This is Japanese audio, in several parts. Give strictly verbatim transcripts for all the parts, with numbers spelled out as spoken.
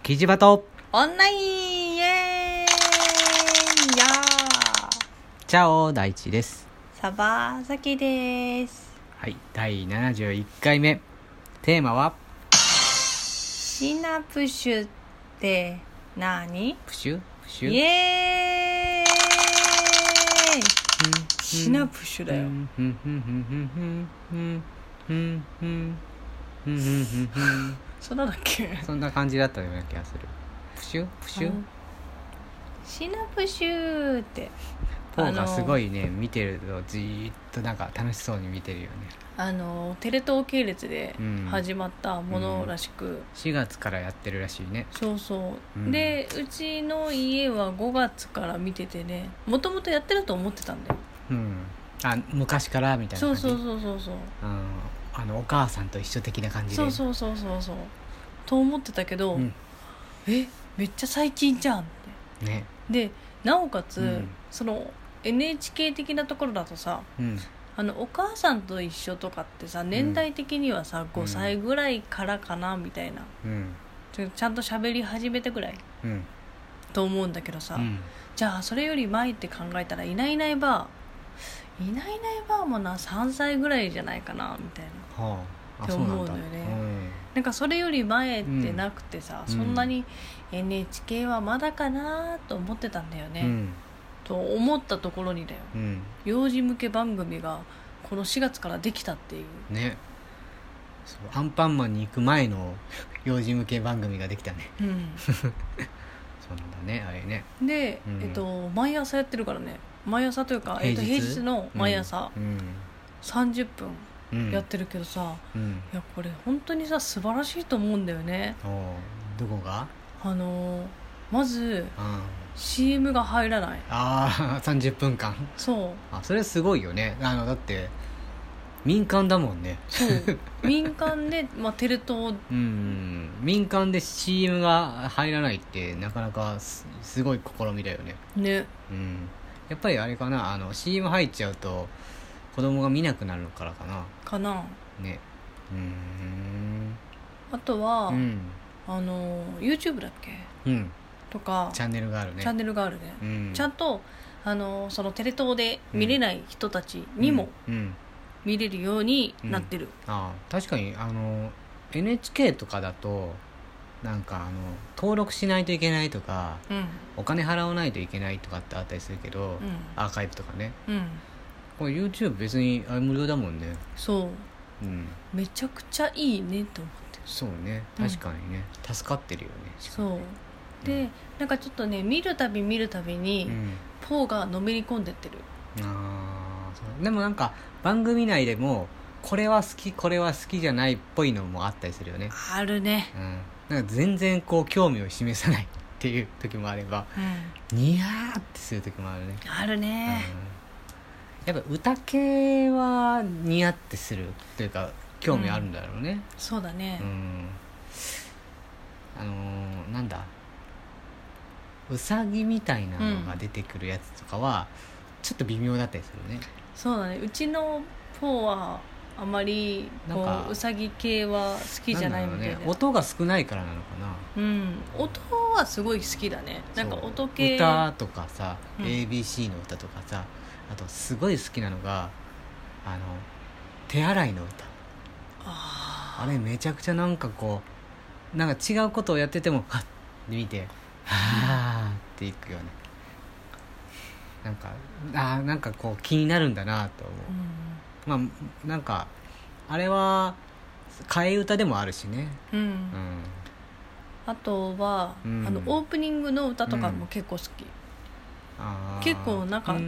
キジバトオンラインイエーイやーチャオ大地です。 サバサキです。 はい、だいななじゅういっかいめ、テーマはシナプシュって何？ プシュプシュイエーイシナプシュだよ。そんなだっけ？ そんな感じだったような気がする。プシュプシュシナプシュってポーがすごいね、見てるとじーっとなんか楽しそうに見てるよね。 あのテレ東系列で始まったものらしく、うん、 しがつからやってるらしいね。 そうそう、 うん、でうちの家はごがつから見ててね、もともとやってると思ってたんだよ。 うん、あ昔からみたいな感じ。 そうそうそうそうそう、 うん、あのお母さんと一緒的な感じで。 そうそうそうそうそうと思ってたけど、うん、えめっちゃ最近じゃんってね。でなおかつ、うん、その エヌエイチケー 的なところだとさ、うん、あのお母さんと一緒とかってさ、年代的にはさ、うん、ごさいぐらいからかなみたいな、うん、ちょちゃんと喋り始めてぐらい、うん、と思うんだけどさ、うん、じゃあそれより前って考えたらいないいないばーいないいないばーもなさんさいぐらいじゃないかなみたいな、はあ、って思うのよね。なんかそれより前ってなくてさ、うん、そんなに エヌエイチケー はまだかなと思ってたんだよね、うん、と思ったところにだよ、うん、幼児向け番組がこのしがつからできたっていうね。そうアンパンマンに行く前の幼児向け番組ができたね、うん、そうなんだねあれね。 で、うん、えっと毎朝やってるからね。毎朝というか平 日,、えっと、平日の毎朝、うん、さんじゅっぷんやってるけどさ、うん、いやこれ本当にさ素晴らしいと思うんだよね。 どこが？ あのー、まず、うん、シーエム が入らない。 ああさんじゅっぷんかん。 そうあそれすごいよね。あのだって民間だもんね。 そう民間で、まあ、テレ東うん民間で シーエム が入らないってなかなか す, すごい試みだよね。 ね、 うん、やっぱりあれかな、あの シーエム 入っちゃうと子供が見なくなるからかなかなね。うーんあとは、うん、あの YouTube だっけ、うん、とかチャンネルがあるね。 チャンネルがあるね、うん、ちゃんとあのそのテレ東で見れない人たちにも、うんうん、見れるようになってる、 うん、あ確かにあの エヌエイチケー とかだとなんかあの登録しないといけないとか、うん、お金払わないといけないとかってあったりするけど、うん、アーカイブとかね、うん、これ YouTube 別にあれ無料だもんね。 そう、うん、めちゃくちゃいいねと思って。 そうね確かにね、うん、助かってるよね。 そうで、うん、なんかちょっとね見るたび見るたびに、うん、ポーがのめり込んでってる。 あそうでもなんか番組内でもこれは好きこれは好きじゃないっぽいのもあったりするよね。 あるね、 うん、なんか全然こう興味を示さないっていう時もあれば、うん、ニヤーってする時もあるね。 あるね、 うん、やっぱ歌系はニヤってするというか興味あるんだろうね、うん、 そうだね、うん、 あのー、なんだうさぎみたいなのが出てくるやつとかはちょっと微妙だったりするね。 そうだね、うちのポーはあまりこううさぎ系は好きじゃないみたいな、 ね、音が少ないからなのかな。 うん、音はすごい好きだね。なんか音系歌とかさ、うん、エービーシー の歌とかさ、あとすごい好きなのがあの手洗いの歌。 あ, あれめちゃくちゃなんかこうなんか違うことをやっててもハッて見てはーっていくよね。なんかあなんかこう気になるんだなと思う、うん、まあなんかあれは替え歌でもあるしね、うんうん、 あとは、うん、あのオープニングの歌とかも結構好き、うん、あ結構なんか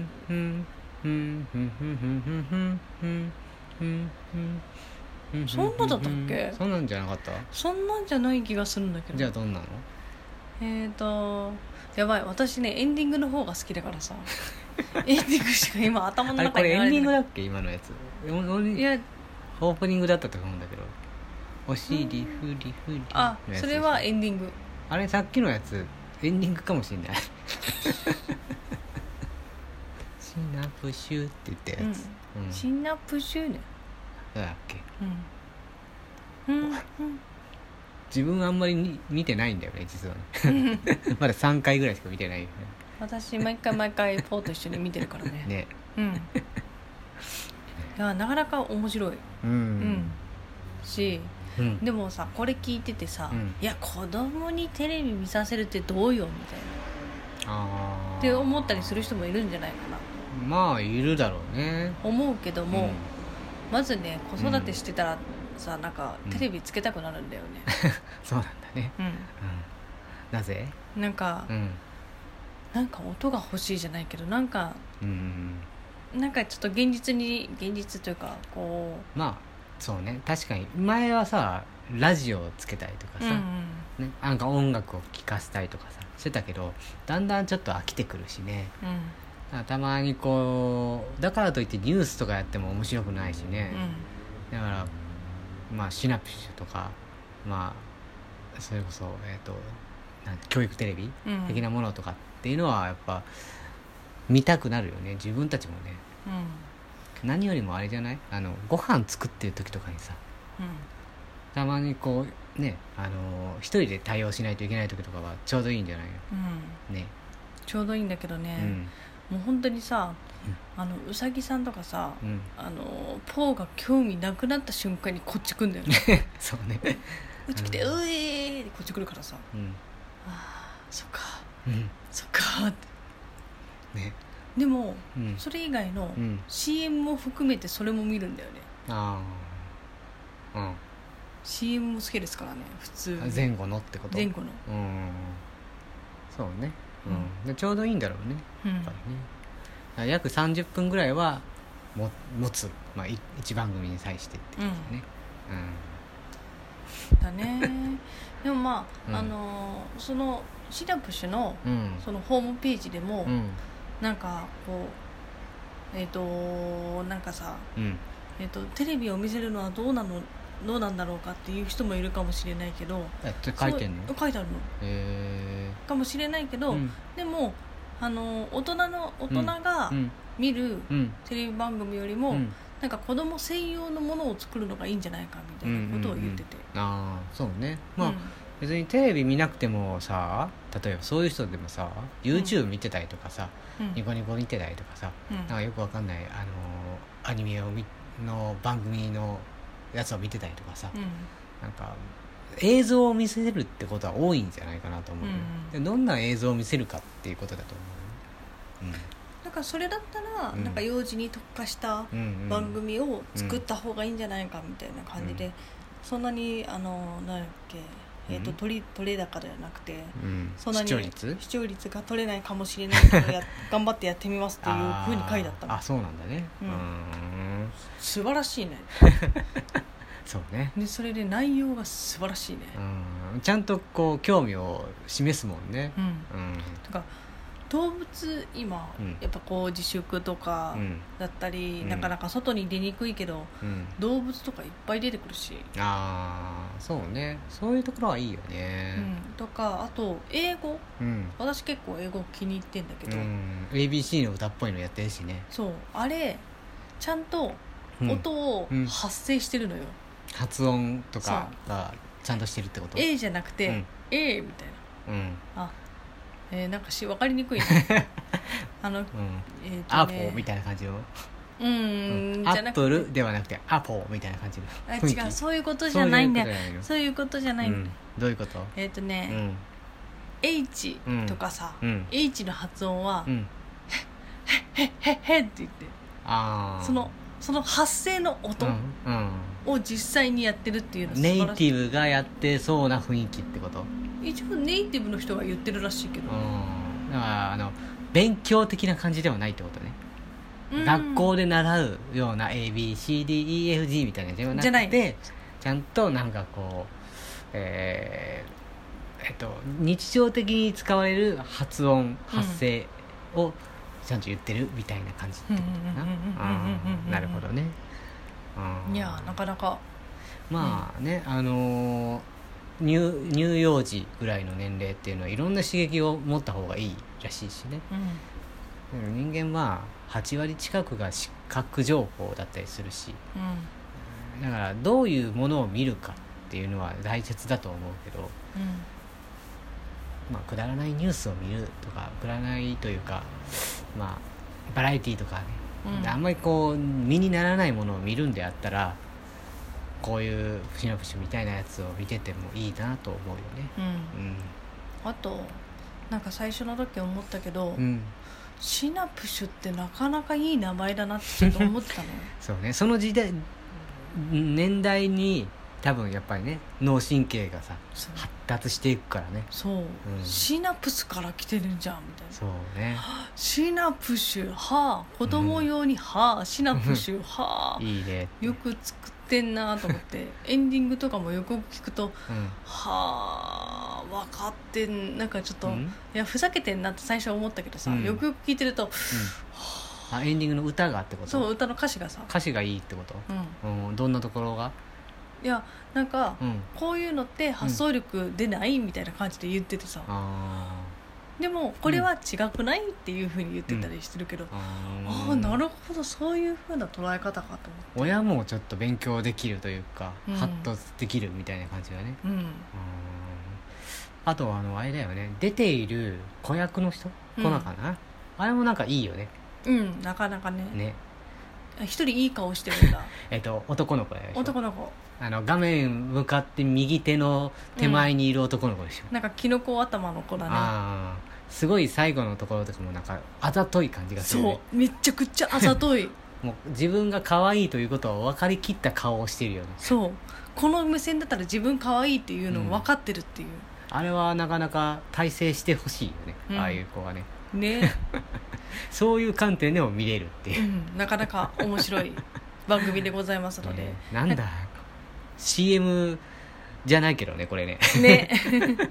そんなだったっけ？ そんなんじゃなかった？ そんなんじゃない気がするんだけど。 じゃあどんなの？ えーとやばい私ねエンディングの方が好きだからさエンディングしか今頭の中にあれこれエンディングだっけ今のやつ。 いやオープニングだったと思うんだけどお尻フリフリあそれはエンディング。 あれさっきのやつエンディングかもしれないシナプシュって言ったやつ、 うんうん、シナプシュねどうだっけ、 うんうんうん自分あんまり見てないんだよね実はねまださんかいぐらいしか見てないよね。 私毎回毎回ポーと一緒に見てるからねね、 うん、いやなかなか面白い、 うん、うん、 し、うん、でもさこれ聞いててさ、うん、いや子供にテレビ見させるってどうよみたいなあって思ったりする人もいるんじゃないかな。 まあいるだろうね思うけども、うん、まずね子育てしてたらさ、うん、なんかテレビつけたくなるんだよね、 うん、そうなんだね、うんうん、なぜなんか、うん、なんか音が欲しいじゃないけどなんか、うん、なんかちょっと現実に現実というかこうまあそうね確かに前はさラジオをつけたりとかさ、うんうんね、なんか音楽を聴かせたりとかさしてたけどだんだんちょっと飽きてくるしね、うん、たまにこうだからといってニュースとかやっても面白くないしね、うん、だからまあシナプシュとかまあそれこそえっとなん教育テレビ的なものとかっていうのはやっぱ見たくなるよね自分たちもね、うん、何よりもあれじゃないあのご飯作ってる時とかにさ、うん、たまにこうねあの一人で対応しないといけない時とかはちょうどいいんじゃないの、うん、ねちょうどいいんだけどね、うん、もう本当にさ、うん、あのうさぎさんとかさ、うん、あのポーが興味なくなった瞬間にこっち来んだよねそうねこっち来て、うん、うえーってこっち来るからさ、うん、あーそっか、うん、そっかってねでも、うん、それ以外の シーエム も含めてそれも見るんだよね、うん、ああうん シーエム も好きですからね普通前後のってこと前後のうんそうね、うん、でちょうどいいんだろうねやっぱりね約さんじゅっぷんぐらいはも持つ、まあ、いち番組に際してってことね、 うんうん、だねでもまあ、うん、あのそのシナプシュの、うん、そのホームページでも、うん、なんかこうえっ、ー、となんかさ、うんえー、とテレビを見せるのはどうなのどうなんだろうかっていう人もいるかもしれないけどえって書いてんの書いてあるの、えー、かもしれないけど、うん、でもあの大人の大人が見るテレビ番組よりも、うん、なんか子供専用のものを作るのがいいんじゃないかみたいなことを言ってて、 うんうんうん、ああそうねまあ、うん、別にテレビ見なくてもさ例えばそういう人でもさ YouTube 見てたりとかさ、うん、ニコニコ見てたりとかさ、うん、なんかよくわかんないあのアニメを見の番組のやつを見てたりとかさ、うん、なんか映像を見せるってことは多いんじゃないかなと思う、うん、でどんな映像を見せるかっていうことだと思う、うん、 だからそれだったら、うん、なんか幼児に特化した番組を作った方がいいんじゃないかみたいな感じで、うん、そんなにあのなんだっけえー、と取り取れ高ではなくて、うん、そんなに視聴率視聴率が取れないかもしれないけどや頑張ってやってみますっていう風に書いてあったの。 あ、そうなんだね、うん、うーん素晴らしいねそうねでそれで内容が素晴らしいね、 うん、ちゃんとこう興味を示すもんね、うんうん、 とか動物今、うん、やっぱこう自粛とかだったり、うん、なかなか外に出にくいけど、うん、動物とかいっぱい出てくるしああそうねそういうところはいいよね、 うん、とかあと英語、うん、私結構英語気に入ってんだけど、うん、 エービーシー の歌っぽいのやってるしねそうあれちゃんと音を発声してるのよ、 うん、発音とかがちゃんとしてるってこと A じゃなくて、うん、A みたいな、うん、あえー、なんかし分かりにくいねあの、うんえーね、 アポみたいな感じのうん、うん、アップルではなくてアポみたいな感じのあ違うそういうことじゃないんだよそういうことじゃないんだよ、 うん、どういうことえっ、ー、とね、うん、H とかさ、うん、H の発音は、うん、へっへっへっへって言ってあそのその発声の音を実際にやってるっていうのネイティブがやってそうな雰囲気ってこと一応ネイティブの人が言ってるらしいけどだからあの勉強的な感じではないってことね、うん、学校で習うような エービーシーディーイーエフジー みたいなのではなくてちゃんとなんかこう、えーえっと、日常的に使われる発音発声をちゃんと言ってるみたいな感じってことかななるほどねいやなかなかまあね、うん、あのー乳, 乳幼児ぐらいの年齢っていうのはいろんな刺激を持った方がいいらしいしね、うん、人間ははち割近くが視覚情報だったりするし、うん、だからどういうものを見るかっていうのは大切だと思うけど、 うんまあ、くだらないニュースを見るとかくだらないというか、まあ、バラエティとかね、うん、あんまりこう身にならないものを見るんであったらこういうシナプシュみたいなやつを見ててもいいなと思うよね、 うんうん、 あとなんか最初の時思ったけど、うん、シナプシュってなかなかいい名前だなってちょっと思ってたのそうね、その時代年代に多分やっぱりね脳神経がさ発達していくからね、 そう、うん、シナプスから来てるんじゃんみたいな、 そうね、 シナプシュはあ子供用に、うん、はあシナプシュはあいいねよく作ってんなと思ってエンディングとかもよく聞くと、うん、はあ分かってんなんかちょっと、うん、いやふざけてんなって最初思ったけどさ、うん、よくよく聞いてると、うん、はあ、あエンディングの歌がってこと？ そう歌の歌詞がさ歌詞がいいってこと？うん、うん、どんなところが？ いやなんか、うん、こういうのって発想力出ない、うん、みたいな感じで言っててさ、あでもこれは違くない、うん、っていう風に言ってたりしてるけど、うん、ああなるほどそういう風な捉え方かと思って、 親もちょっと勉強できるというか、うん、ハッとできるみたいな感じだね、うん、あとあのあれだよね出ている子役の人子なかな、うん、あれもなんかいいよね、 うんなかなかねね一人いい顔してるんだえっと男の子だよ男の子あの画面向かって右手の手前にいる男の子でしょ、 うん、なんかキノコ頭の子だねあすごい最後のところとかもなんかあざとい感じがする、ね、 そうめっちゃくちゃあざといもう自分が可愛いということを分かりきった顔をしてるよねそうこの目線だったら自分可愛いっていうのを分かってるっていう、うん、 あれはなかなか大成してほしいよね、うん、ああいう子がねねそういう観点でも見れるっていう、 うん、なかなか面白い番組でございますので、 ね、なんだシーエム じゃないけどねこれねね